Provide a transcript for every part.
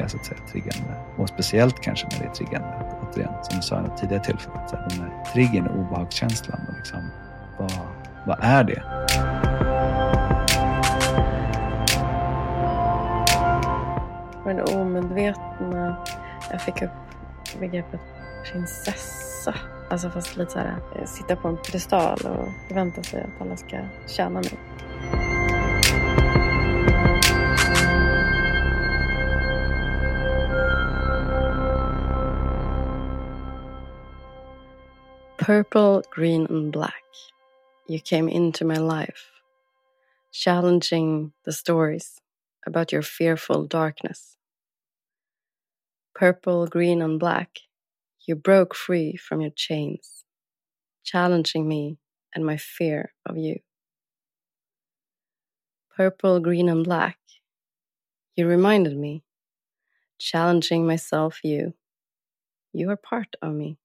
lika så att säga triggande. Och speciellt kanske när det är triggande. Återigen, som du sa i ett tidigare tillfälle. Så här, den här triggern och obehagskänslan. Och liksom, vad är det? Men det omedvetna, jag fick upp begreppet prinsessa. Alltså fast lite så här, sitta på en pedestal och förvänta sig att alla ska tjäna mig. Purple, green and black. You came into my life, challenging the stories about your fearful darkness. Purple, green and black, you broke free from your chains, challenging me and my fear of you. Purple, green and black, you reminded me, challenging myself, you are part of me.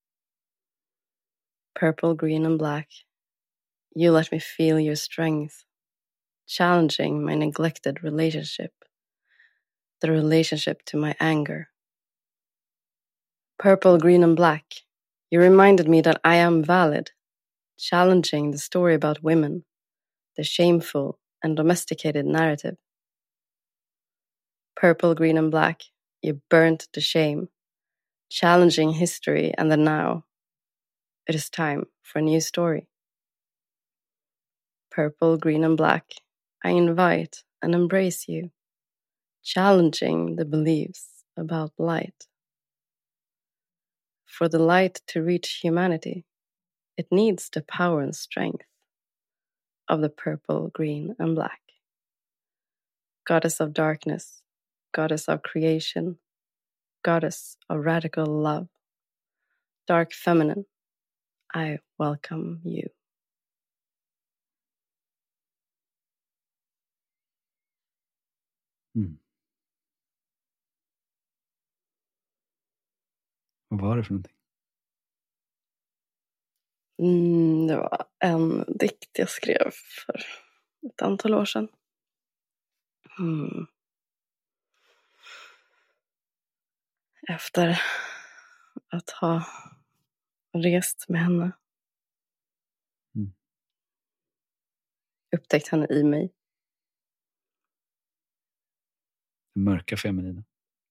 Purple, green and black, you let me feel your strength, challenging my neglected relationship, the relationship to my anger. Purple, green and black, you reminded me that I am valid, challenging the story about women, the shameful and domesticated narrative. Purple, green and black, you burnt the shame, challenging history and the now. It is time for a new story. Purple, green and black, I invite and embrace you, challenging the beliefs about light. For the light to reach humanity, it needs the power and strength of the purple, green and black. Goddess of darkness, goddess of creation, goddess of radical love, dark feminine, I welcome you. Vad var det för någonting? Det var en dikt jag skrev för ett antal år sedan. Efter att ha rest med henne. Upptäckt henne i mig. Den mörka feminina.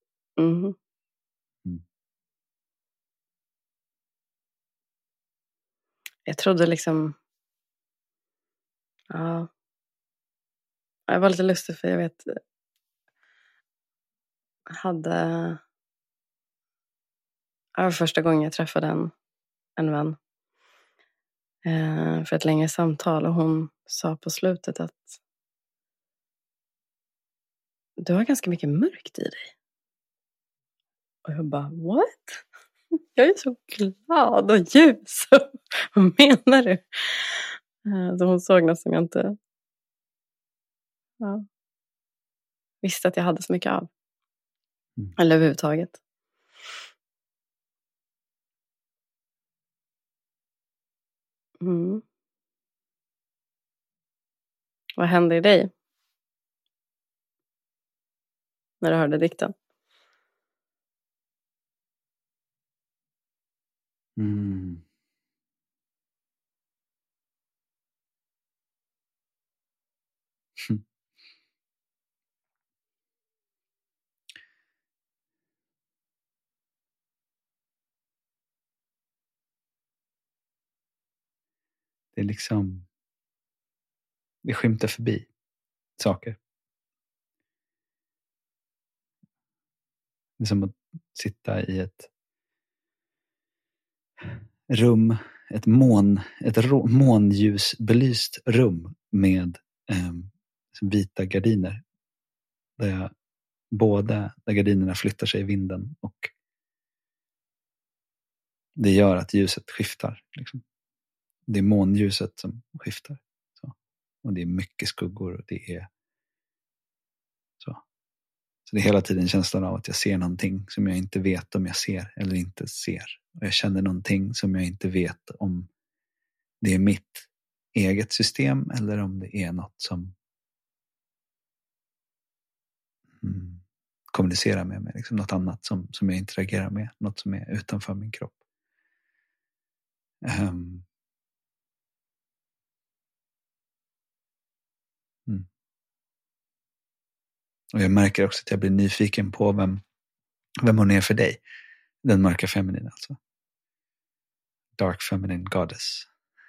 Jag trodde liksom... Ja. Jag var lite lustig för jag vet... Det var första gången jag träffade en vän. För ett längre samtal. Och hon sa på slutet att... Du har ganska mycket mörkt i dig. Och jag bara, what? Jag är så glad och ljus. Vad menar du? Så hon såg något som jag inte visste att jag hade så mycket av. Eller överhuvudtaget. Vad hände i dig? När du hörde dikten? Det är liksom... Det skymtar förbi saker. Det är som att sitta i ett rum, ett månljusbelyst rum med vita gardiner. Där gardinerna flyttar sig i vinden och det gör att ljuset skiftar. Liksom. Det är månljuset som skiftar. Så. Och det är mycket skuggor och det är så. Så det är hela tiden känslan av att jag ser någonting som jag inte vet om jag ser eller inte ser. Och jag känner någonting som jag inte vet om det är mitt eget system eller om det är något som kommunicerar med mig. Liksom något annat som jag interagerar med. Något som är utanför min kropp. Och jag märker också att jag blir nyfiken på vem hon är för dig. Den mörka feminin alltså. Dark feminine goddess.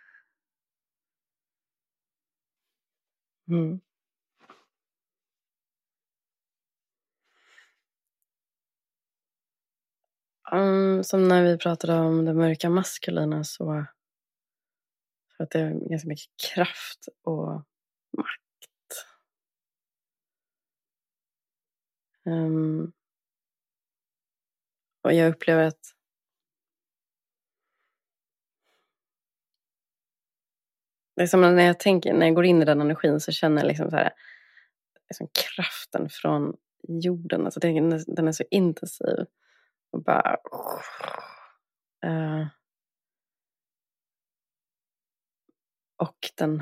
Som när vi pratade om det mörka maskulina, så för att det är ganska mycket kraft och makt. Och jag upplever att det är som när jag går in i den energin, så känner jag liksom så här, liksom kraften från jorden. Alltså den är så intensiv. Och bara... och den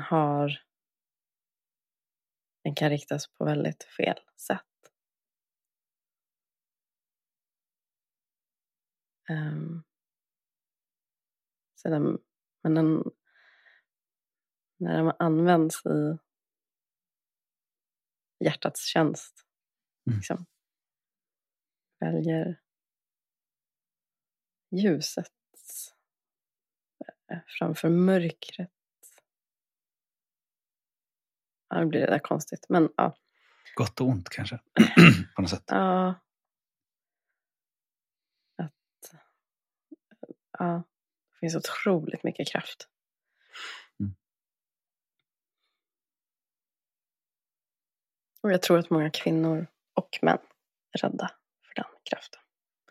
kan riktas på väldigt fel sätt. När den används i hjärtats tjänst, liksom, väljer ljuset framför mörkret. Ja, det blir det där konstigt, men ja. Gott och ont kanske, på något sätt. Ja. Det finns otroligt mycket kraft. Och jag tror att många kvinnor och män är rädda för den kraften.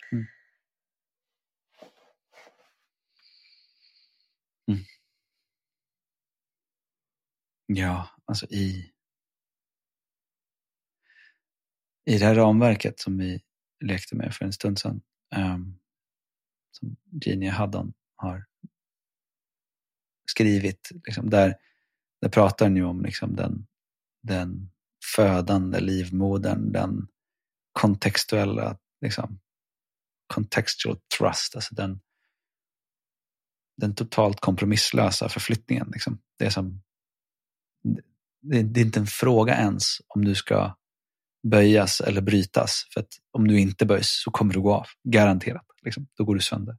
Ja, alltså i det här ramverket som vi lekte med för en stund sedan, som Jeannie Haddon har skrivit, liksom, där pratar ni om liksom den födande livmodern, den kontextuella, liksom, contextual trust, alltså den totalt kompromisslösa förflyttningen. Liksom. Det är inte en fråga ens om du ska böjas eller brytas, för att om du inte böjs så kommer du gå av, garanterat. Liksom. Då går du sönder.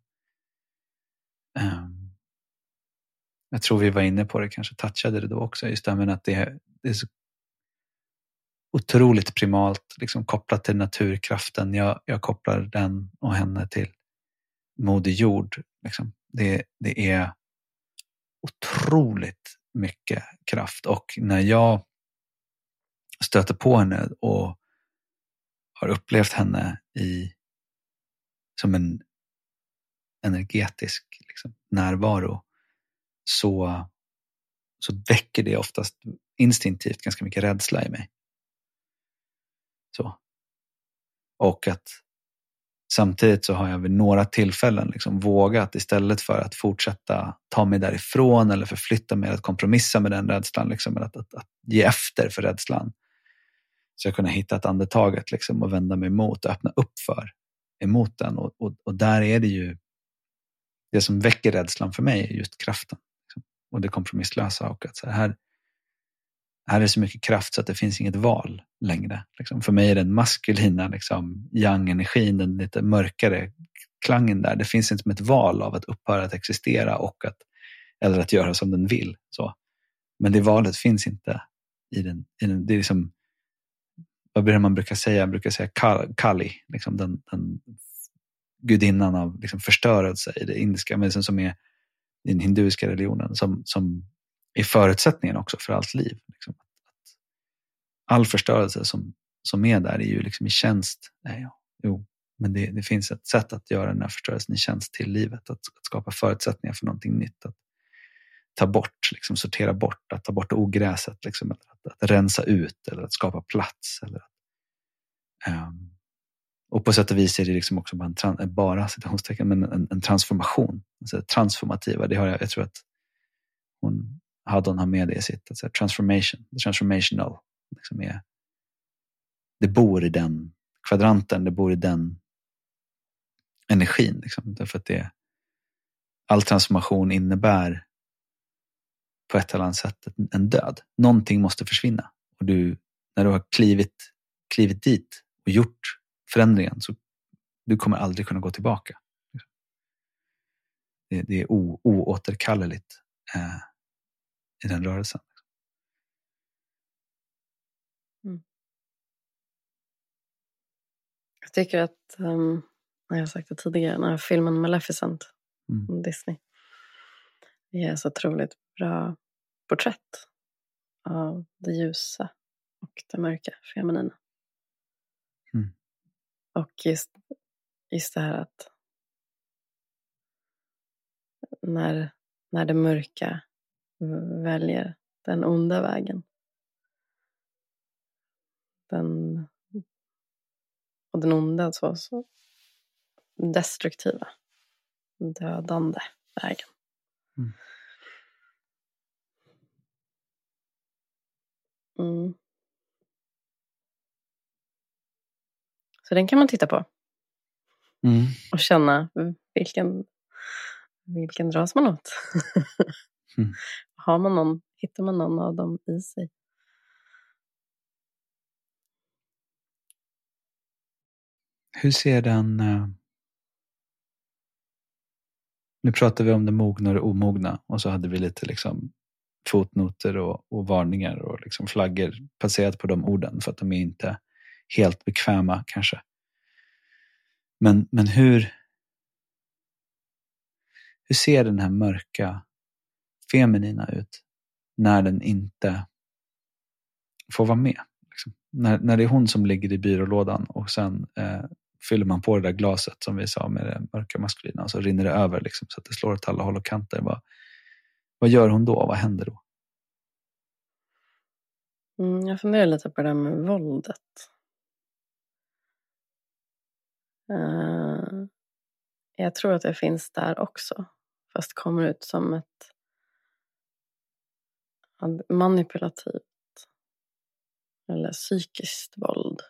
Jag tror vi var inne på det, kanske touchade det då också, just det, men att det är så otroligt primalt, liksom, kopplat till naturkraften. Jag kopplar den och henne till Moder Jord. Liksom. Det är otroligt mycket kraft, och när jag stöter på henne och har upplevt henne som en energetisk, liksom, närvaro, så väcker det oftast instinktivt ganska mycket rädsla i mig. Så. Och att samtidigt så har jag vid några tillfällen liksom vågat, istället för att fortsätta ta mig därifrån eller förflytta mig, att kompromissa med den rädslan, liksom, att ge efter för rädslan, så jag kunde hitta ett andetaget, liksom, och vända mig emot och öppna upp emot den. Och där är det ju det som väcker rädslan för mig är just kraften, liksom, och det kompromisslösa, och att så här är så mycket kraft så att det finns inget val längre. Liksom. För mig är den maskulina, liksom, yang-energin, den lite mörkare klangen där. Det finns inte som ett val av att upphöra att existera eller att göra som den vill. Så. Men det valet finns inte i den. Det är liksom, vad blir det man brukar säga? Jag brukar säga Kali, liksom den gudinnan av, liksom, förstörelse i det indiska, men som är i den hinduiska religionen, som är förutsättningen också för allt liv. Liksom. All förstörelse som är där är ju liksom i tjänst. Men det finns ett sätt att göra den här förstörelsen i tjänst till livet, att skapa förutsättningar för någonting nytt, att ta bort, liksom, sortera bort, att ta bort ogräset, liksom, att rensa ut, eller att skapa plats, eller och på sätt och vis är det liksom också bara citationstecken, men en transformation, alltså transformativa. Det har jag tror att Haddon har med det i sitt, transformational, liksom, det bor i den kvadranten, det bor i den energin. Liksom. Därför att all transformation innebär på ett eller annat sätt en död. Någonting måste försvinna. Och när du har klivit dit och gjort förändringen, så du kommer aldrig kunna gå tillbaka. Det är oåterkalleligt i den rörelsen. Jag tycker att, jag har sagt det tidigare, den här filmen Maleficent, Disney, det är så otroligt bra porträtt av det ljusa och det mörka, feminina. Och just det här att när det mörka väljer den onda vägen, och den onda så destruktiva, dödande vägen. Så den kan man titta på. Och känna vilken dras man åt. Hittar man någon av dem i sig? Hur ser den... Nu pratar vi om det mogna och det omogna. Och så hade vi lite liksom fotnoter och varningar och liksom flaggor baserat på de orden. För att de är inte helt bekväma kanske. Men hur ser den här mörka feminina ut när den inte får vara med? Liksom? När det är hon som ligger i byrålådan och sen fyller man på det där glaset som vi sa med det mörka maskulina och så rinner det över liksom, så att det slår åt alla håll och kanter. Vad gör hon då? Vad händer då? Jag funderar lite på det här med våldet. Jag tror att det finns där också. Fast kommer ut som ett manipulativt eller psykiskt våld.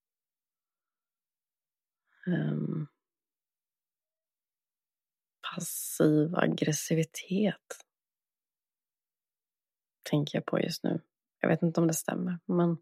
Passiv aggressivitet tänker jag på just nu. Jag vet inte om det stämmer, men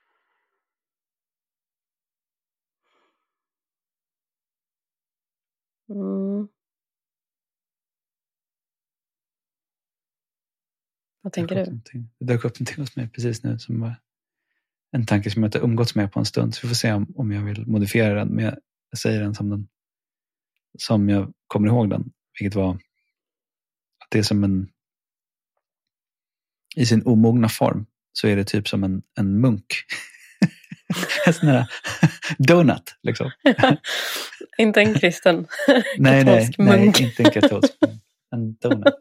vad tänker du? Det dök upp någonting hos mig precis nu som var en tanke som jag inte umgåtts med på en stund. Så vi får se om jag vill modifiera den. Men jag säger den som jag kommer ihåg den. Vilket var att det är som i sin omogna form så är det typ som en munk. En sån här donut liksom. Inte en kristen katolsk munk. Nej, inte en katolsk. En donut.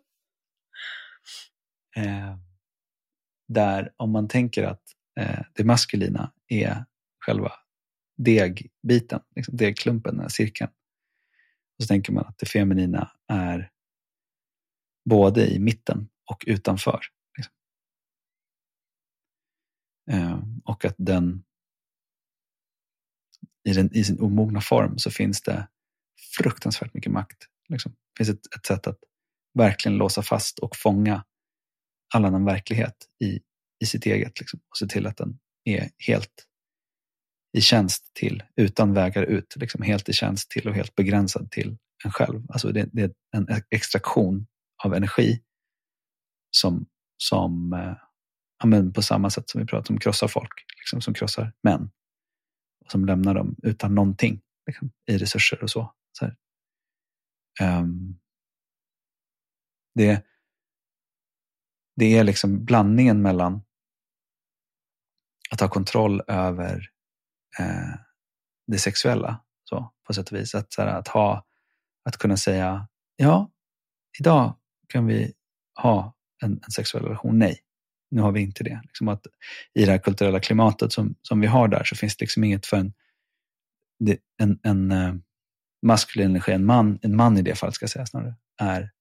Där om man tänker att det maskulina är själva degbiten, liksom degklumpen, den här cirkeln. Och så tänker man att det feminina är både i mitten och utanför. Liksom. Och att den i sin omogna form så finns det fruktansvärt mycket makt. Liksom. Det finns ett sätt att verkligen låsa fast och fånga all annan verklighet i sitt eget. Liksom, och se till att den är helt i tjänst till, utan vägar ut. Liksom, helt i tjänst till och helt begränsad till en själv. Alltså det är en extraktion av energi som på samma sätt som vi pratar om krossar folk. Liksom, som krossar män. Och som lämnar dem utan någonting liksom, i resurser och så. Här. Det är liksom blandningen mellan att ha kontroll över det sexuella så, på sätt och vis. Att kunna säga ja, idag kan vi ha en sexuell relation. Nej, nu har vi inte det. Liksom att i det här kulturella klimatet som vi har där så finns det liksom inget för en maskulin energi, en man i det fallet ska jag säga snarare, är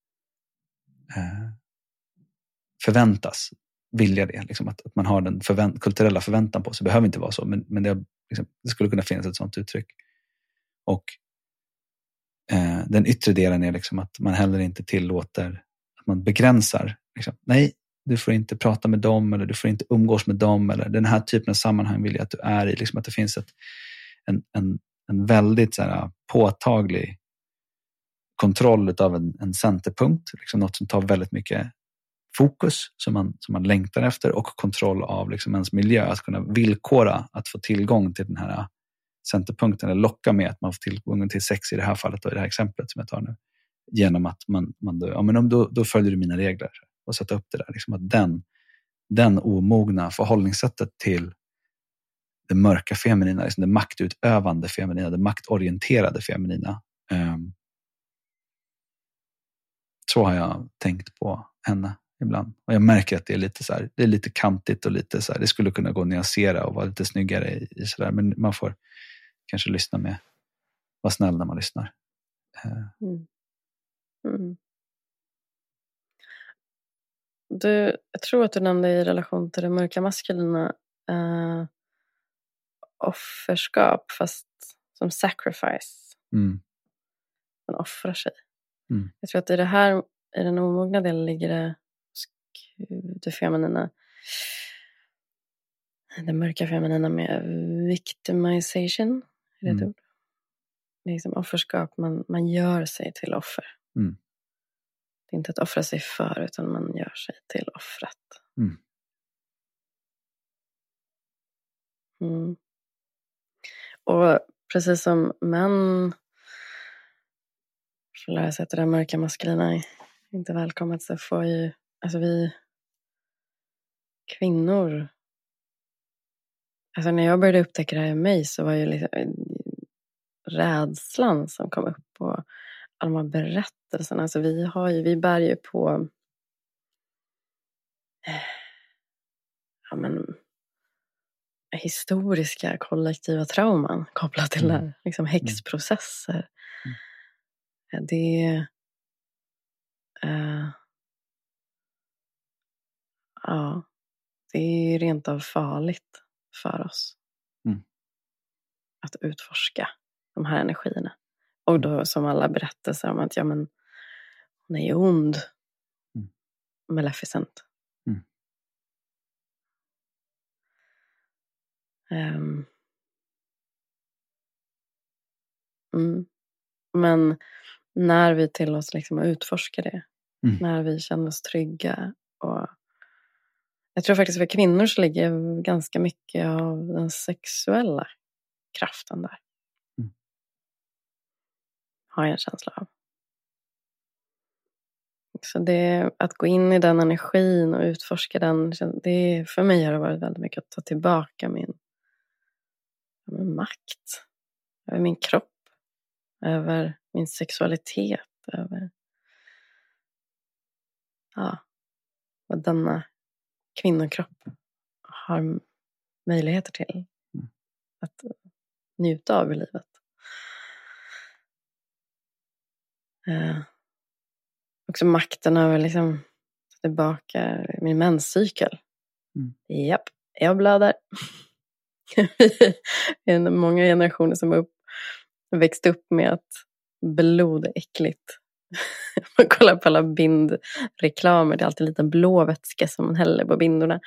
förväntas vilja det. Liksom att man har den kulturella förväntan på sig. Det behöver inte vara så, men det har Liksom, det skulle kunna finnas ett sådant uttryck. Och den yttre delen är liksom att man heller inte tillåter, att man begränsar. Liksom, nej, du får inte prata med dem, eller du får inte umgås med dem, eller den här typen av sammanhang vill jag att du är i. Liksom att det finns en väldigt så här, påtaglig kontroll av en centerpunkt. Liksom något som tar väldigt mycket fokus som man längtar efter, och kontroll av liksom ens miljö. Att kunna villkora att få tillgång till den här centerpunkten, eller locka med att man får tillgång till sex i det här fallet och i det här exemplet som jag tar nu. Genom att då följer du mina regler och sätta upp det där. Liksom att den omogna förhållningssättet till det mörka feminina, liksom det maktutövande feminina, det maktorienterade feminina. Så har jag tänkt på henne ibland. Och jag märker att det är lite så här, det är lite kantigt och lite så här, det skulle kunna gå att nyansera och vara lite snyggare i så där, men man får kanske lyssna med, vara snäll när man lyssnar. Jag tror att du nämnde i relation till det mörka maskulina offerskap, fast som sacrifice. Man offrar sig. Jag tror att i den omogna delen ligger det feminina, det mörka feminina med victimization. Är det ett ord? Det är liksom offerskap, man gör sig till offer. Det är inte att offra sig för, utan man gör sig till offret. Och precis som män får lära sig att det där mörka maskulina inte välkommet, så får ju vi kvinnor, när jag började upptäcka det här i mig, så var ju liksom rädslan som kom upp och alla de här berättelserna. Vi bär ju på historiska kollektiva trauman kopplat till det här, liksom häxprocesser. Det det är rent av farligt för oss att utforska de här energierna. Och då som alla berättelser om att hon är ju ond. Maleficent. Men när vi tillåts liksom att utforska det, när vi känner oss trygga, och jag tror faktiskt för kvinnor så ligger ganska mycket av den sexuella kraften där. Har jag en känsla av. Så det, att gå in i den energin och utforska den, det för mig har det varit väldigt mycket att ta tillbaka min makt över min kropp, över min sexualitet, över vad denna kvinnokropp har möjligheter till att njuta av i livet. Också makten över liksom tillbaka min menscykel. Japp, jag blöder. Det är många generationer som växte upp med att blod är äckligt. Man kollar på alla bindreklamer, det är alltid en liten blå vätska som man häller på bindorna.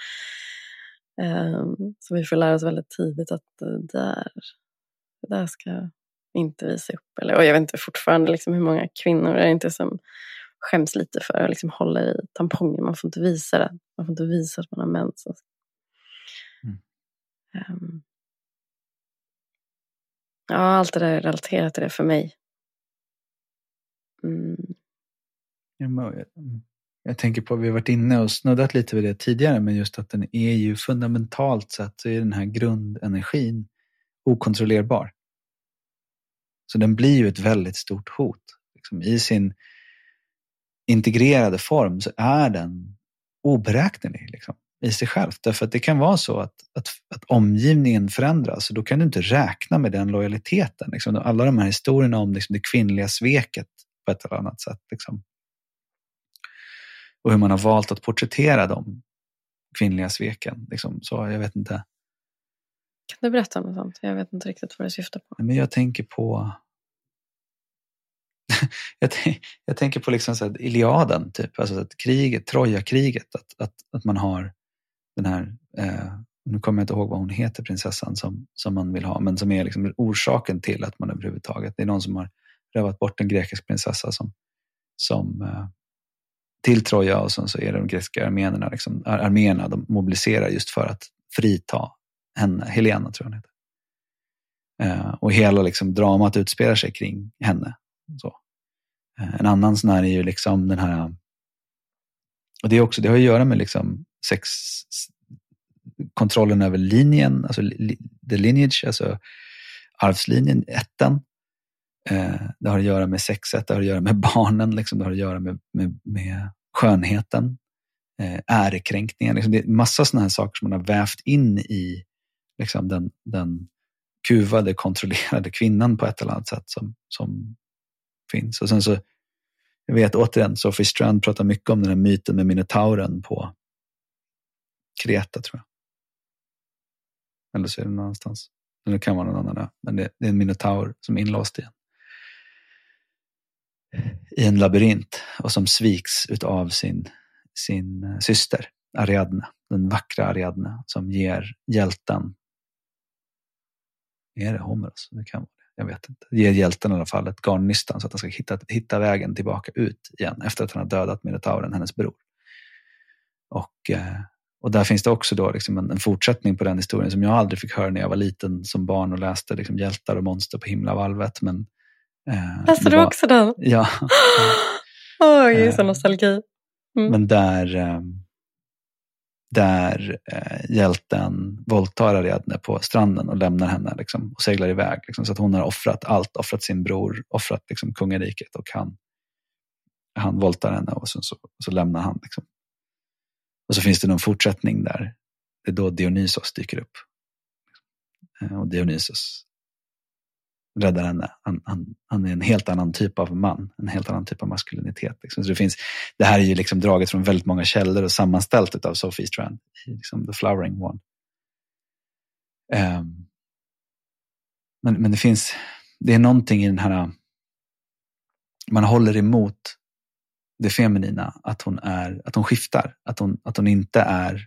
Så vi får lära oss väldigt tidigt att det där ska inte visa upp. Och jag vet inte fortfarande liksom hur många kvinnor är inte som skäms lite för att liksom hålla i tamponger. Man får inte visa det. Man får inte visa att man har mens. Allt det där är relaterat till det för mig. Jag tänker på, vi har varit inne och snuddat lite vid det tidigare, men just att den är ju fundamentalt sett, så är den här grundenergin okontrollerbar. Så den blir ju ett väldigt stort hot. Liksom, i sin integrerade form så är den oberäknelig liksom, i sig själv. Därför att det kan vara så att omgivningen förändras, och då kan du inte räkna med den lojaliteten. Liksom. Alla de här historierna om liksom, det kvinnliga sveket på ett eller annat sätt. Liksom. Och hur man har valt att porträttera de kvinnliga sveken. Liksom. Så jag vet inte. Kan du berätta om något sånt? Jag vet inte riktigt vad det syftar på. Men jag tänker på jag tänker på liksom så här Iliaden typ, alltså att kriget, Trojakriget, att man har den här nu kommer jag inte ihåg vad hon heter, prinsessan som man vill ha, men som är liksom orsaken till att man överhuvudtaget, det är någon som har rövat bort en grekisk prinsessa som till Troja, och så är det de grekiska arméerna liksom, arméerna de mobiliserar just för att frita henne, Helena tror jag hon heter. Och hela liksom dramat utspelar sig kring henne. Så. En annan sån här är ju liksom den här, och det är också, det har att göra med liksom kontrollen över linjen, alltså the lineage, alltså arvslinjen, ätten. Det har att göra med sexet, det har att göra med barnen, liksom, det har att göra med skönheten, ärekränkningen. Liksom, det är massa sådana här saker som man har vävt in i liksom, den kuvade, kontrollerade kvinnan på ett eller annat sätt som finns. Och sen så, jag vet återigen, Sophie Strand pratar mycket om den här myten med minotauren på Kreta, tror jag. Eller så är det någon annanstans. Eller det kan vara någon annan där. Men det är en minotaur som är inlåst i en labyrint och som sviks utav sin syster Ariadne, den vackra Ariadne, som ger hjälten, är det Homeros? Det kan vara det. Jag vet inte. Ger hjälten i alla fall ett garnnystan så att han ska hitta vägen tillbaka ut igen efter att han har dödat minotauren, hennes bror. Och där finns det också då liksom en fortsättning på den historien som jag aldrig fick höra när jag var liten som barn och läste liksom hjältar och monster på himlavalvet. Men läste du också den? Ja. Oj, så nostalgi. Men där hjälten våldtar Ariadne på stranden och lämnar henne liksom, och seglar iväg. Liksom, så att hon har offrat allt, offrat sin bror, offrat liksom, kungariket, och han våldtar henne och så lämnar han. Liksom. Och så finns det någon fortsättning där. Det är då Dionysos dyker upp. Och Dionysos räddar henne. Han är en helt annan typ av man. En helt annan typ av maskulinitet. Liksom. Så det här är ju liksom draget från väldigt många källor och sammanställt av Sophie Strand i liksom The Flowering One. Men det är någonting i den här, man håller emot det feminina, att hon skiftar, att hon inte är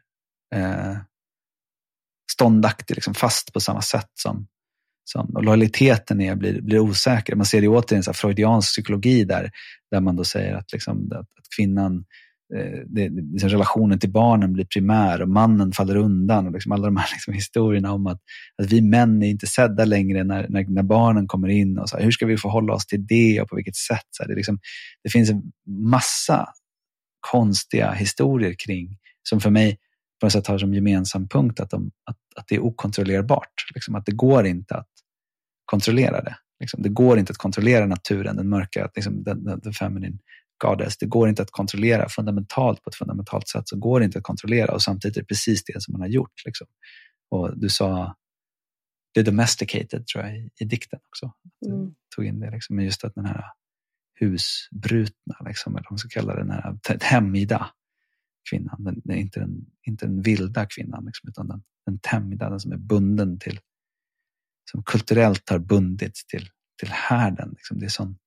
ståndaktig, liksom fast på samma sätt som och lojaliteten blir osäker. Man ser det återigen så här freudiansk psykologi där man då säger att, liksom, att kvinnan, relationen till barnen blir primär och mannen faller undan, och liksom alla de här liksom historierna om att vi män är inte sedda längre när barnen kommer in, och så här, hur ska vi förhålla oss till det och på vilket sätt. Så här, det finns en massa konstiga historier kring, som för mig på något sätt har som gemensam punkt att det är okontrollerbart. Liksom, att det går inte att kontrollera det. Liksom, det går inte att kontrollera naturen, den mörka, liksom, den feminine goddess. Det går inte att kontrollera fundamentalt, på ett fundamentalt sätt så går det inte att kontrollera, och samtidigt är det precis det som man har gjort. Liksom. Och du sa the domesticated, tror jag, i dikten också. Du tog in det, liksom, men just att den här husbrutna, liksom, eller vad man ska kalla det, den här tämjda kvinnan, den är inte den vilda kvinnan, liksom, utan den tämjda, den som är bunden till, som kulturellt har bundits till härden. Liksom. Det är sån.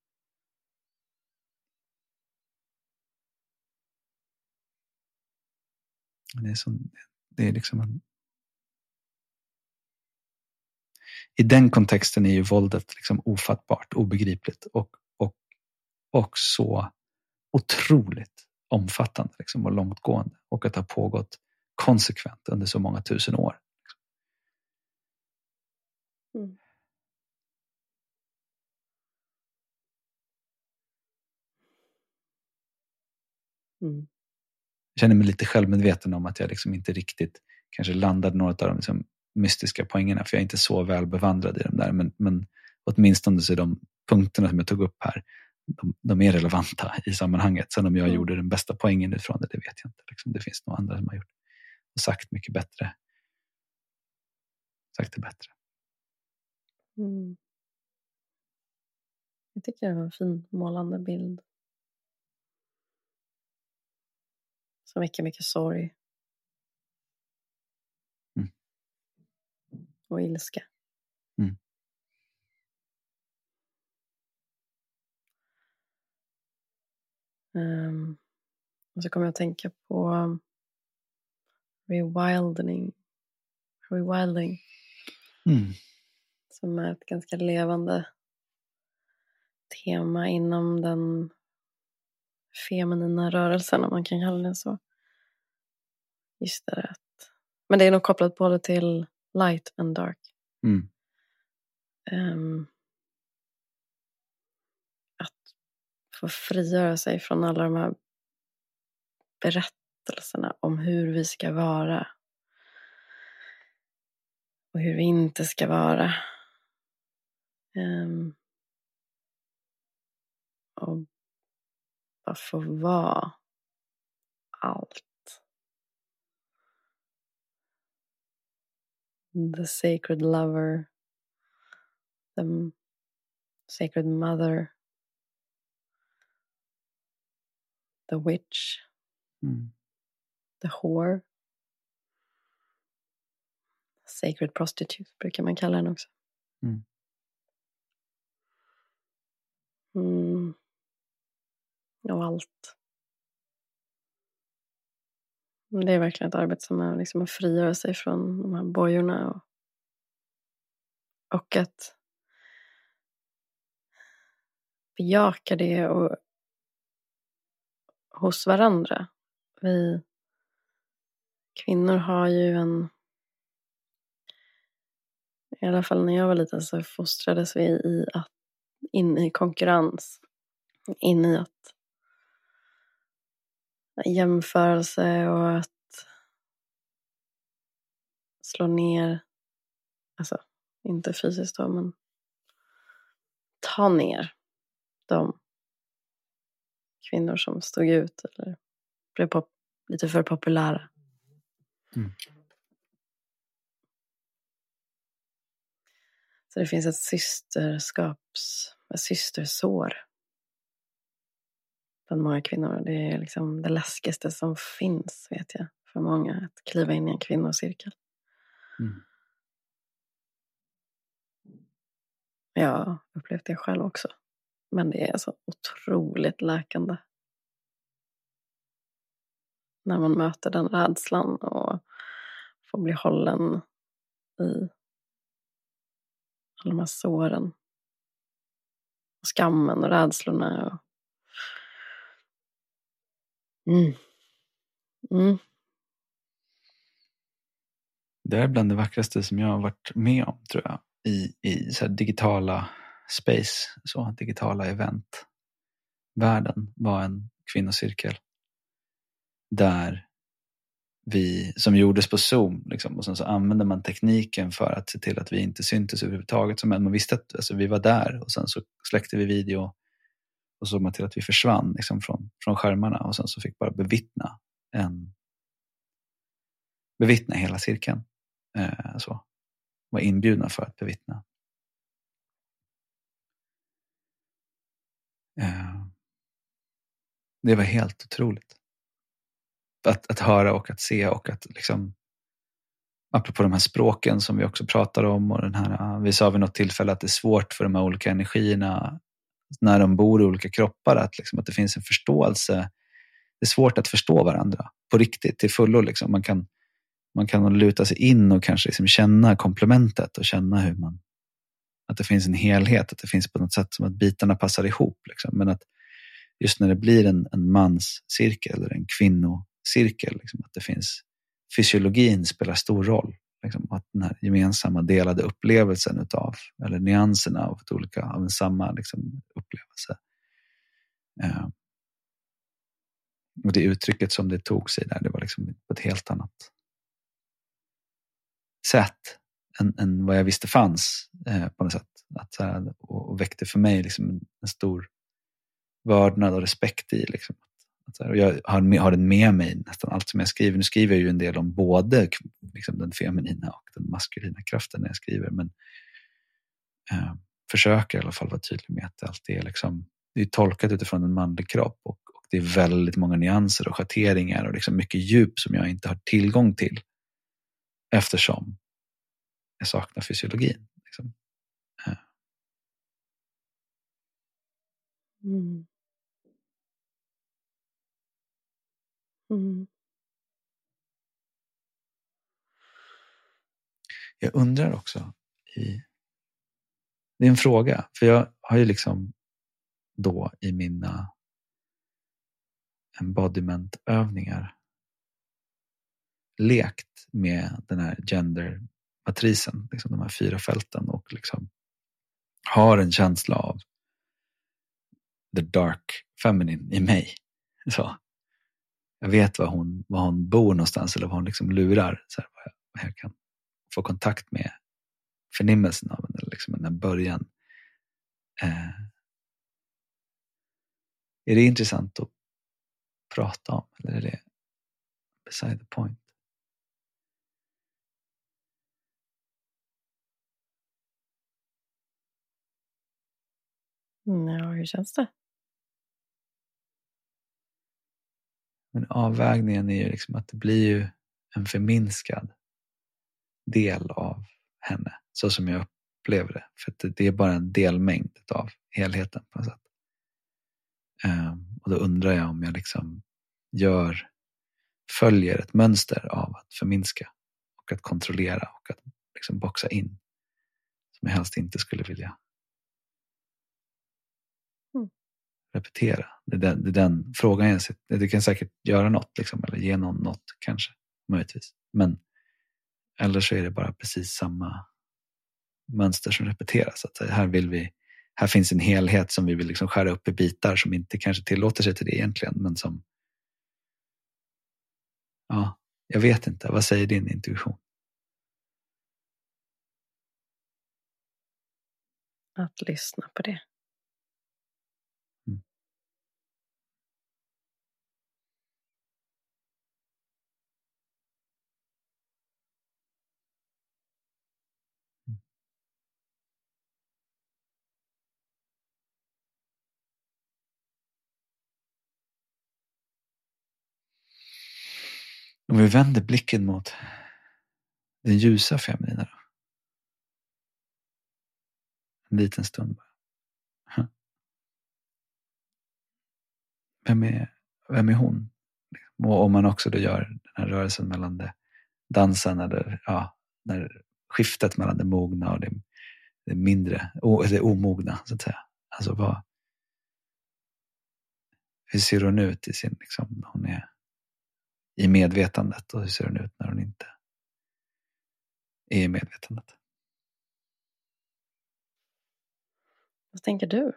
Det är liksom i den kontexten är ju våldet liksom ofattbart, obegripligt och så otroligt omfattande, liksom, och långtgående, och att det har pågått konsekvent under så många tusen år. Jag känner mig lite självmedveten om att jag liksom inte riktigt kanske landade några av de liksom mystiska poängerna, för jag är inte så väl bevandrad i dem där, men åtminstone så är de punkterna som jag tog upp här, de är relevanta i sammanhanget. Sen om jag gjorde den bästa poängen utifrån det vet jag inte. Liksom, det finns nog andra som har gjort och sagt mycket bättre. Sagt det bättre. Jag tycker det var en fin målande bild. Så mycket sorg. och ilska. Och så kommer jag att tänka på rewilding. Som är ett ganska levande tema inom den feminina rörelsen, om man kan kalla det så. Just det. Men det är nog kopplat både till light and dark. Att få frigöra sig från alla de här berättelserna om hur vi ska vara och hur vi inte ska vara. Och bara få vara allt. The sacred lover, the sacred mother, the witch, the whore, sacred prostitute brukar man kalla den också. Och allt. Det är verkligen ett arbete som är liksom att frigöra sig från de här bojorna och att bejaka det och hos varandra. Vi kvinnor har ju i alla fall när jag var liten så fostrades vi in i konkurrens, in i att jämförelse och att slå ner, alltså inte fysiskt då, men ta ner de kvinnor som stod ut eller blev lite för populära. Så det finns ett systersår bland många kvinnor. Det är liksom det läskigaste som finns, vet jag, för många, att kliva in i en kvinnocirkel. Jag har upplevt det själv också. Men det är så otroligt läkande. När man möter den rädslan och får bli hållen i alla de här såren. Och skammen och rädslorna. Det är bland det vackraste som jag har varit med om, tror jag. I så här digitala space, så digitala event. Världen var en kvinnocirkel. Där som gjordes på Zoom liksom, och sen så använde man tekniken för att se till att vi inte syntes överhuvudtaget, som man visste att alltså, vi var där, och sen så släckte vi video och såg man till att vi försvann liksom, från skärmarna, och sen så fick bara bevittna hela cirkeln, så var inbjudna för att bevittna. Det var helt otroligt att höra och att se, och att liksom, apropå de här språken som vi också pratar om, och den här, vi sa vid något tillfälle att det är svårt för de här olika energierna när de bor i olika kroppar, att liksom, att det finns en förståelse. Det är svårt att förstå varandra på riktigt till fullo liksom. Man kan luta sig in och kanske liksom känna komplementet och känna att det finns en helhet, att det finns på något sätt som att bitarna passar ihop liksom. Men att just när det blir en manscirkel eller en kvinnocirkel liksom, att det finns, fysiologin spelar stor roll liksom, att den här gemensamma delade upplevelsen utav, eller nyanserna av en samma liksom, upplevelse, och det uttrycket som det tog sig där, det var liksom på ett helt annat sätt än vad jag visste fanns, på något sätt, att så här, och väckte för mig liksom en stor vördnad och respekt i liksom, och jag har den med mig nästan allt som jag skriver. Nu skriver jag ju en del om både liksom, den feminina och den maskulina kraften när jag skriver, men försöker i alla fall vara tydlig med att allt är liksom, det är tolkat utifrån en manlig kropp, och det är väldigt många nyanser och schatteringar och liksom mycket djup som jag inte har tillgång till, eftersom jag saknar fysiologin. Liksom. Mm. Mm. Jag undrar också det är en fråga, för jag har ju liksom då i mina embodiment-övningar lekt med den här gender-matrisen, liksom de här 4 fälten, och liksom har en känsla av the dark feminine i mig. Så jag vet var hon bor någonstans, eller vad hon liksom lurar, så här, vad jag kan få kontakt med förnimmelsen av den, eller liksom den här början. Är det intressant att prata om, eller är det beside the point? Ja, hur känns det? Men avvägningen är ju liksom att det blir ju en förminskad del av henne, så som jag upplever det. För att det är bara en delmängd av helheten på något sätt. Och då undrar jag om jag liksom följer ett mönster av att förminska och att kontrollera och att liksom boxa in, som jag helst inte skulle vilja repetera. Det är den frågan jag sitter. Det kan säkert göra något liksom, eller ge något kanske, möjligtvis. Men eller så är det bara precis samma mönster som repeteras. Att här finns en helhet som vi vill liksom skära upp i bitar, som inte kanske tillåter sig till det egentligen, men som, ja, jag vet inte. Vad säger din intuition? Att lyssna på det. Om vi vänder blicken mot den ljusa feminina då. En liten stund bara. Vem är hon? Och om man också då gör den här rörelsen mellan dansen, eller när skiftet mellan det mogna och det mindre, det omogna, så att säga. Alltså hur ser hon ut i sin, liksom, när hon är i medvetandet, och hur ser hon ut när hon inte är i medvetandet? Vad tänker du?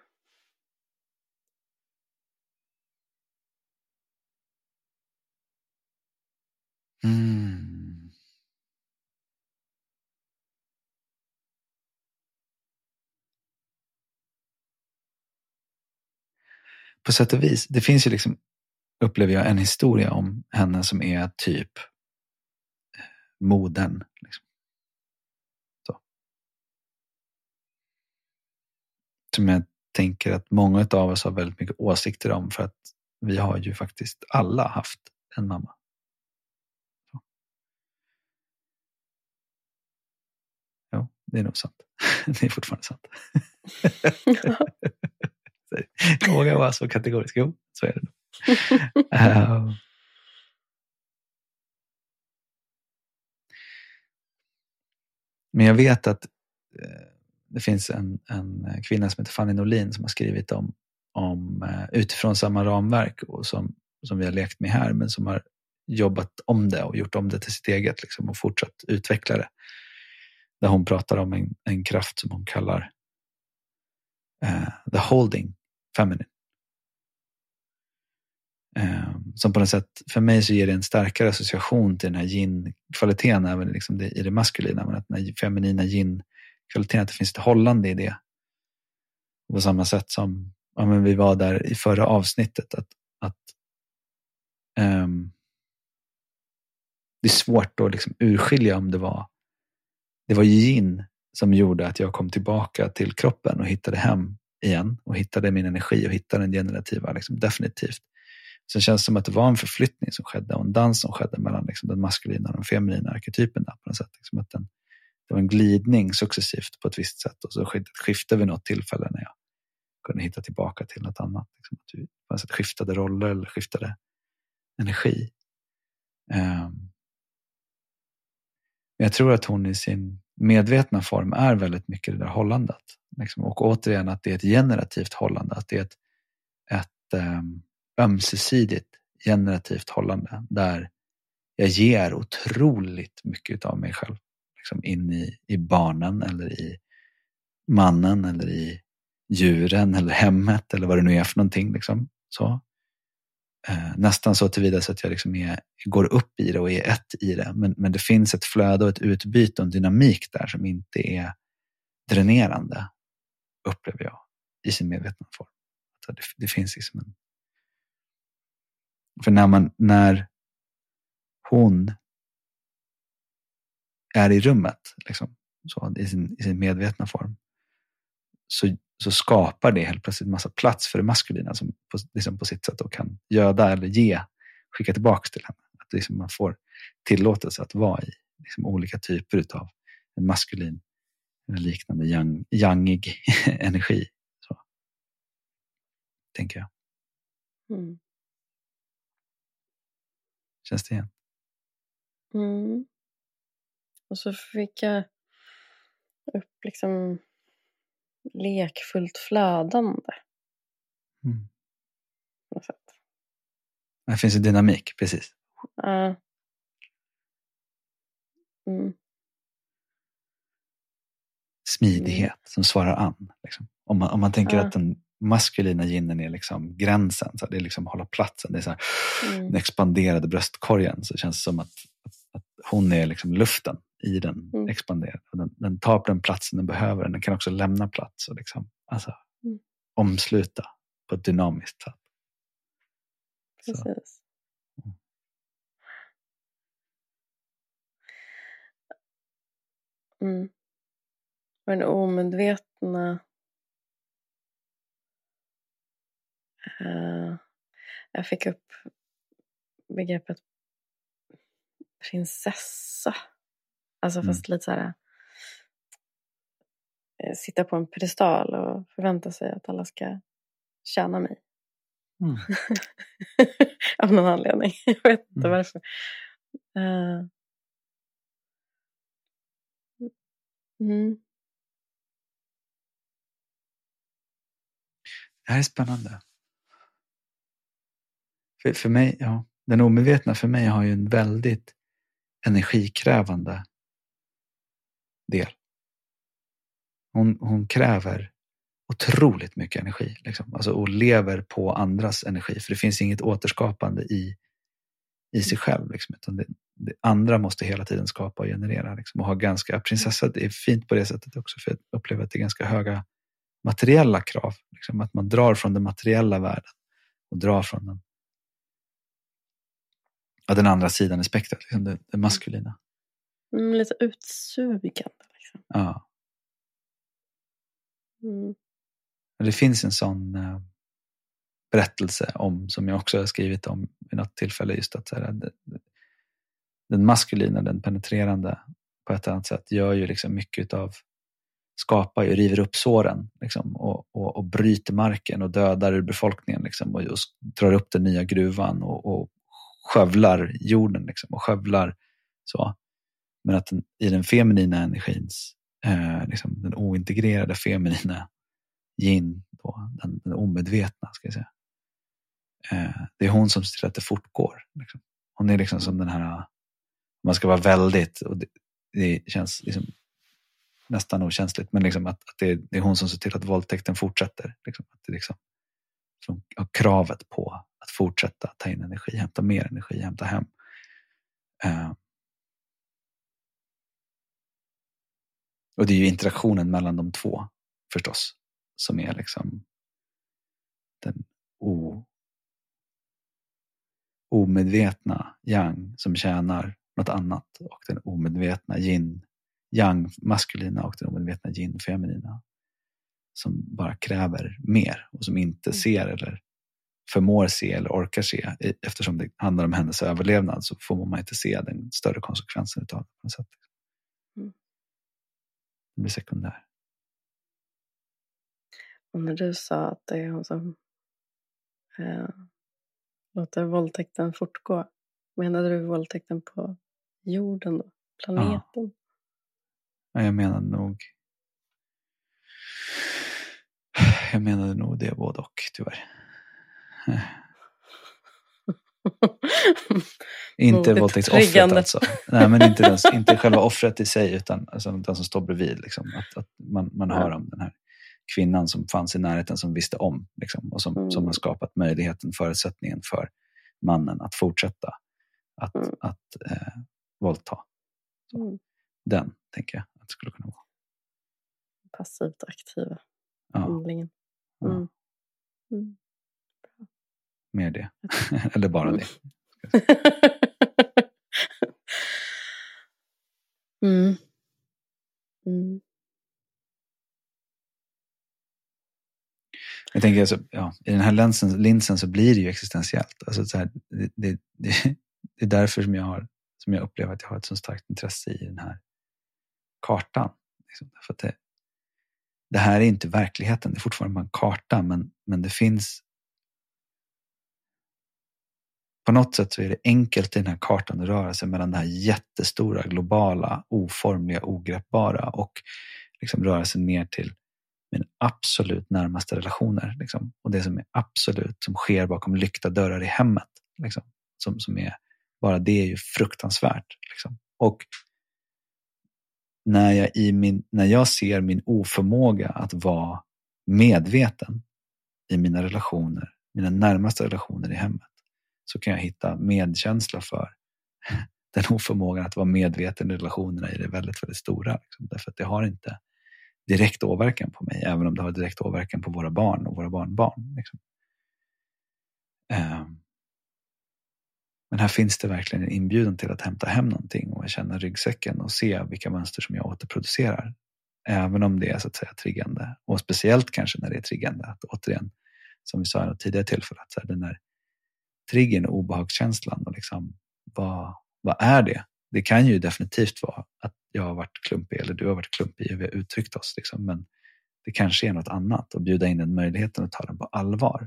På sätt och vis, det finns ju liksom, upplever jag, en historia om henne som är typ modern. Liksom. Så. Som jag tänker att många av oss har väldigt mycket åsikter om, för att vi har ju faktiskt alla haft en mamma. Så. Jo, det är nog sant. Det är fortfarande sant. Jag vågar vara så kategorisk. Jo, så är det nog. Men jag vet att det finns en kvinna som heter Fanny Norlin som har skrivit om utifrån samma ramverk, och som vi har lekt med här, men som har jobbat om det och gjort om det till sitt eget, liksom, och fortsatt utveckla det. Där hon pratar om en kraft som hon kallar the holding feminine. Som på något sätt, för mig så ger det en starkare association till den här yin-kvaliteten, även liksom i det maskulina, men att den här feminina yin-kvaliteten, att det finns ett hållande i det. Och på samma sätt som men vi var där i förra avsnittet, att det är svårt att liksom urskilja om det var yin som gjorde att jag kom tillbaka till kroppen och hittade hem igen, och hittade min energi och hittade den generativa, liksom, definitivt. Så känns det som att det var en förflyttning som skedde, och en dans som skedde mellan liksom den maskulina och den feminina arketypen där, på något sätt. Liksom att det var en glidning successivt på ett visst sätt. Och så skiftade vi något tillfälle när jag kunde hitta tillbaka till något annat. Liksom att vi på något sätt skiftade roller eller skiftade energi. Men jag tror att hon i sin medvetna form är väldigt mycket det där hållandet. Liksom. Och återigen att det är ett generativt hållande. Att det är ett ömsesidigt generativt hållande. Där jag ger otroligt mycket av mig själv. Liksom in i barnen eller i mannen eller i djuren eller hemmet eller vad det nu är för någonting. Liksom. Så. Nästan så tillvida så att jag liksom går upp i det och är ett i det. Men det finns ett flöde och ett utbyte och en dynamik där som inte är dränerande, upplever jag, i sin medvetna form. Alltså det finns liksom en... För när hon är i rummet liksom, så, i sin medvetna form så skapar det helt plötsligt massa plats för det maskulina som liksom på sitt sätt då kan göda eller skicka tillbaka till henne. Att liksom man får tillåtelse att vara i liksom olika typer utav en maskulin eller liknande yangig energi. Så. Tänker jag. Mm. Känns det igen? Mm. Och så fick jag upp liksom lekfullt flödande. Mm. På något sätt. Det finns en dynamik, precis. Ja. Mm. Smidighet som svarar an. Liksom. Om man tänker att den maskulina ginen är liksom gränsen, så det är liksom hålla platsen. Det är så här, den expanderade bröstkorgen, så känns det som att hon är liksom luften i den expanderade. Den tar på den platsen den behöver. Den kan också lämna plats och liksom, alltså, omsluta på ett dynamiskt sätt. Precis. Och den omedvetna jag fick upp begreppet prinsessa. Alltså fast lite så här sitta på en pedestal och förvänta sig att alla ska tjäna mig. Av någon anledning. Jag vet inte varför. Det här är spännande. För mig, ja, den omedvetna för mig har ju en väldigt energikrävande del. Hon kräver otroligt mycket energi. Liksom. Alltså, och lever på andras energi. För det finns inget återskapande i sig själv. Liksom, utan det andra måste hela tiden skapa och generera. Liksom, och ha ganska, prinsessa, det är fint på det sättet också. För jag upplever att det är ganska höga materiella krav. Liksom, att man drar från den materiella världen. Och drar från den andra sidan i spektrat. Liksom, det maskulina. Lite utsugande. Liksom. Ja. Det finns en sån berättelse som jag också har skrivit om vid något tillfälle, just att så här, den maskulina, den penetrerande på ett annat sätt gör ju liksom mycket av, skapar ju, river upp såren liksom, och bryter marken och dödar ur befolkningen liksom, och just drar upp den nya gruvan och skövlar jorden liksom, och skövlar så. Men att i den feminina energins liksom, den ointegrerade feminina yin då, den omedvetna ska jag säga. Det är hon som ser till att det fortgår. Liksom. Hon är liksom som den här, man ska vara väldigt, och det känns liksom nästan okänsligt, men liksom att det är hon som ser till att våldtäkten fortsätter. Liksom. Att det liksom, kravet på att fortsätta ta in energi, hämta mer energi, hämta hem. Och det är ju interaktionen mellan de två förstås som är liksom den omedvetna yang som tjänar något annat, och den omedvetna yin yang maskulina och den omedvetna yin feminina som bara kräver mer och som inte ser eller förmår se eller orkar se, eftersom det handlar om hennes överlevnad, så får man inte se den större konsekvensen utav det på något sätt. som blir sekundär. Och när du sa att det är hon som låter våldtäkten fortgå, menade du våldtäkten på jorden då? Planeten? Ja, jag menade nog det både och, tyvärr. Inte våldtäktsoffret alltså. Nej, men inte själva offret i sig, utan alltså, den som står bredvid. Liksom. Att man hör om den här kvinnan som fanns i närheten, som visste om. Liksom, och som har skapat möjligheten, förutsättningen för mannen att fortsätta att våldta. Den tänker jag att det skulle kunna vara. Passivt aktiva handlingen. Ja. Mer det. Eller bara det. Jag tänker alltså, i den här linsen så blir det ju existentiellt. Alltså så här, det är därför som jag upplever att jag har ett så starkt intresse i den här kartan. Liksom. För att det här är inte verkligheten, det är fortfarande bara en karta, men det finns på något sätt, så är det enkelt i den här kartan att röra sig mellan det här jättestora, globala, oformliga, ogreppbara och liksom röra sig ner till min absolut närmaste relationer. Liksom. Och det som är absolut, som sker bakom lyckta dörrar i hemmet. Liksom. Som är, bara det är ju fruktansvärt. Liksom. Och när jag ser min oförmåga att vara medveten i mina relationer, mina närmaste relationer i hemmet, så kan jag hitta medkänsla för den oförmågan att vara medveten i relationerna i det väldigt, väldigt stora. Liksom. Därför att det har inte direkt åverkan på mig, även om det har direkt åverkan på våra barn och våra barnbarn. Liksom. Men här finns det verkligen en inbjudan till att hämta hem någonting och känna ryggsäcken och se vilka mönster som jag återproducerar. Även om det är så att säga triggande. Och speciellt kanske när det är triggande. Att återigen, som vi sa i något tidigare tillfälle, att så här, den där triggern och obehagskänslan och liksom, vad är det? Det kan ju definitivt vara att jag har varit klumpig eller du har varit klumpig och vi har uttryckt oss. Liksom, men det kanske är något annat och bjuda in den möjligheten och ta den på allvar.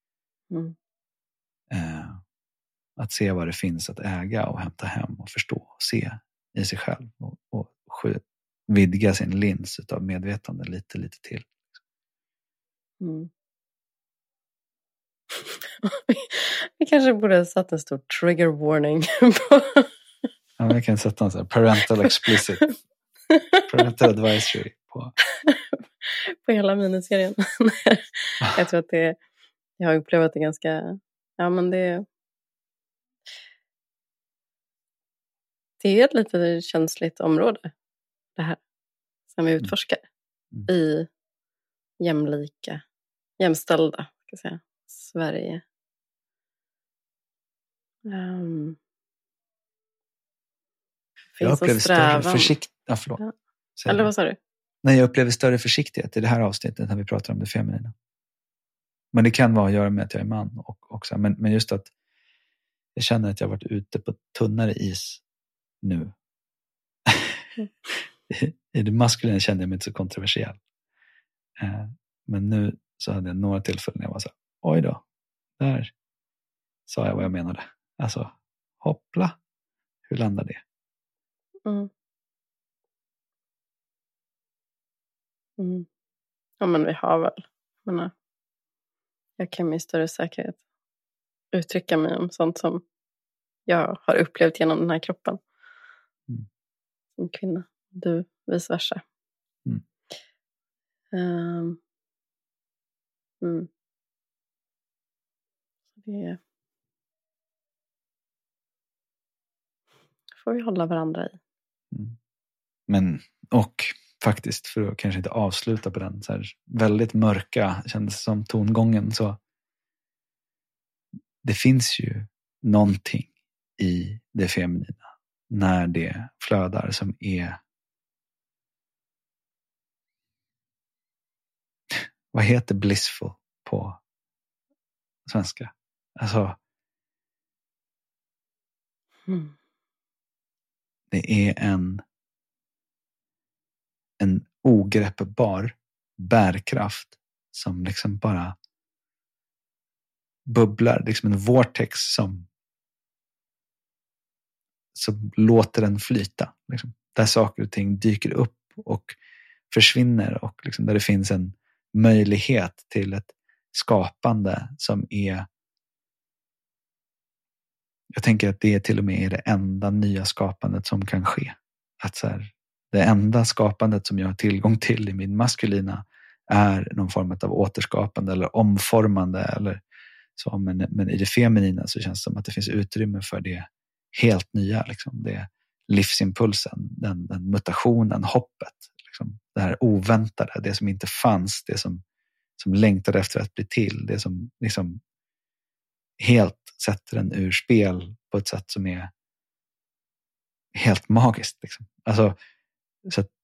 Att se vad det finns att äga och hämta hem och förstå och se i sig själv och vidga sin lins av medvetande lite till. Vi kanske borde ha satt en stor trigger warning på. Ja, jag kan sätta en sån här parental explicit parental advisory på hela miniserien. Jag tror att jag har upplevt det ganska, men det är ett lite känsligt område det här som vi utforskar i jämställda, ska jag säga, Sverige. Jag upplever större försiktighet. Eller vad sa du? Nej, jag upplever större försiktighet i det här avsnittet när vi pratar om det feminina. Men det kan vara att göra med att jag är man också. Men just att jag känner att jag har varit ute på tunnare is nu. I det maskulina kände jag mig inte så kontroversiell. Men nu så hade jag några tillfällen när jag var så här, oj då, där sa jag vad jag menade. Alltså, hoppla, hur landar det? Ja, men vi har väl. Jag kan med större säkerhet uttrycka mig om sånt som jag har upplevt genom den här kroppen. Som kvinna. Du, vice versa. Det får vi hålla varandra i. Men, och faktiskt, för att kanske inte avsluta på den så här väldigt mörka, kändes som tongången, så det finns ju någonting i det feminina när det flödar som är, vad heter blissful på svenska? Alltså det är en ogreppbar bärkraft som liksom bara bubblar, liksom en vortex som låter den flyta. Liksom. Där saker och ting dyker upp och försvinner och liksom där det finns en möjlighet till ett skapande som är, jag tänker att det till och med är det enda nya skapandet som kan ske. Att så här, det enda skapandet som jag har tillgång till i min maskulina är någon form av återskapande eller omformande eller så, men i det feminina så känns det som att det finns utrymme för det helt nya, liksom. Det är livsimpulsen, den mutationen, hoppet, liksom. Det här oväntade, det som inte fanns, det som längtade efter att bli till, det som liksom helt sätter den ur spel på ett sätt som är helt magiskt, liksom. Alltså, så att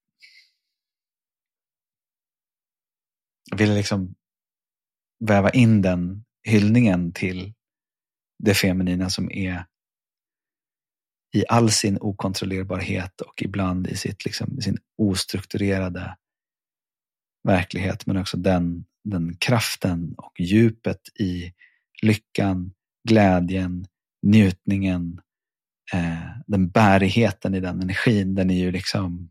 jag ville liksom väva in den hyllningen till det feminina som är i all sin okontrollerbarhet och ibland i sin ostrukturerade verklighet, men också den kraften och djupet i lyckan, glädjen, njutningen, den bärigheten i den energin, den är ju liksom,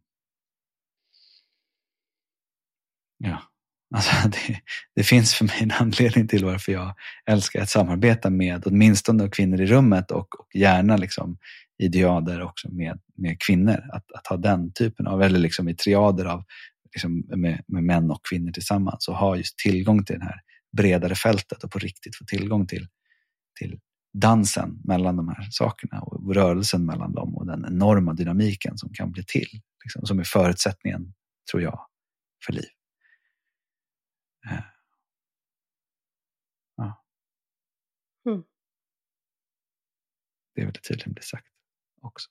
ja, alltså det finns för mig en anledning till varför jag älskar att samarbeta med åtminstone kvinnor i rummet och gärna liksom i diader också med kvinnor, att ha den typen av, eller liksom i triader av liksom med män och kvinnor tillsammans, och ha just tillgång till det här bredare fältet och på riktigt få tillgång till dansen mellan de här sakerna och rörelsen mellan dem och den enorma dynamiken som kan bli till, liksom, som är förutsättningen, tror jag, för liv. Ja. Det vill tydligen bli sagt också.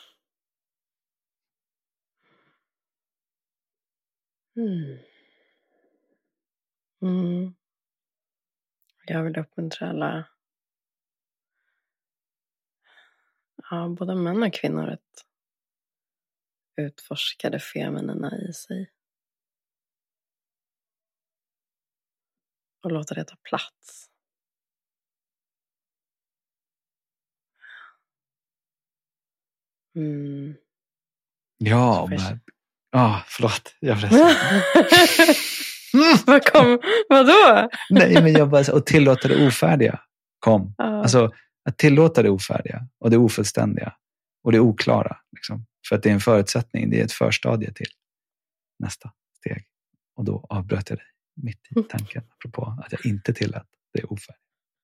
Jag vill uppmuntra alla, både män och kvinnor, att utforska det feminina i sig och låta det ta plats. Ja, men förlåt, jag Vadå? Nej, men jag bara, och tillåta det ofärdiga kom. Alltså att tillåta det ofärdiga och det ofullständiga och det oklara, liksom. För att det är en förutsättning, det är ett förstadie till nästa steg. Och då avbröt jag dig mitt i tanken apropå att jag inte tillät det ofärdiga.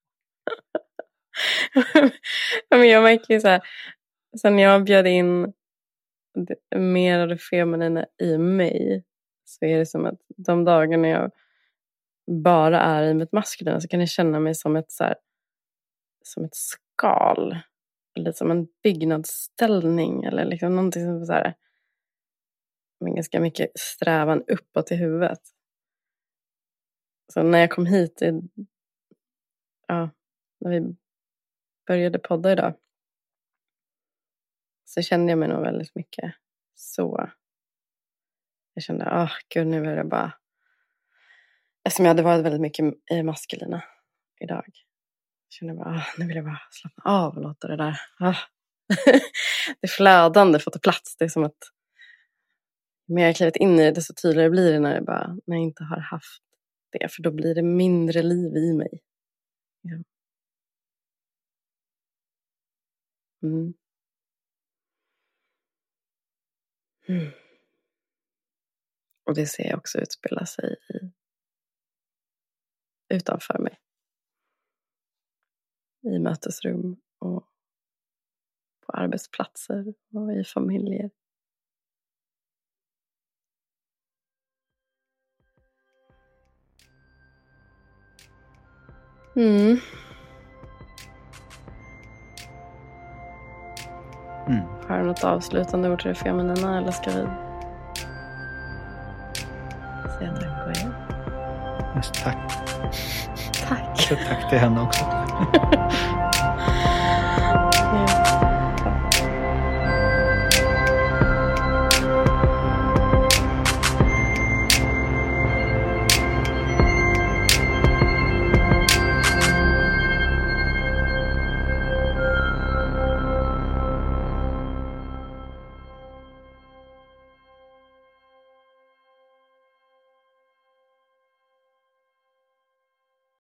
Men jag märker ju så här, sen jag bjöd in mer av det feminina i mig, så är det som att de dagarna jag bara är i mitt maskulina så kan jag känna mig som ett så här, som ett skal eller som en byggnadsställning eller liksom någonting som så här, med ganska mycket strävan uppåt i huvudet. Så när jag kom hit när vi började podda idag, så kände jag mig nog väldigt mycket så. Jag kände, gud, nu är det bara, eftersom jag hade varit väldigt mycket i maskulina idag. Jag kände bara, nu vill jag bara slappna av och låta det där. Det flödande får ta plats. Det är som att när jag klivit in i det, desto tydligare blir det när jag inte har haft det. För då blir det mindre liv i mig. Ja. Och det ser jag också utspela sig utanför mig. I mötesrum och på arbetsplatser och i familjer. Har du något avslutande ord till det feminina, eller ska vi säga tack och igen? Just tack. Tack. Så tack till henne också.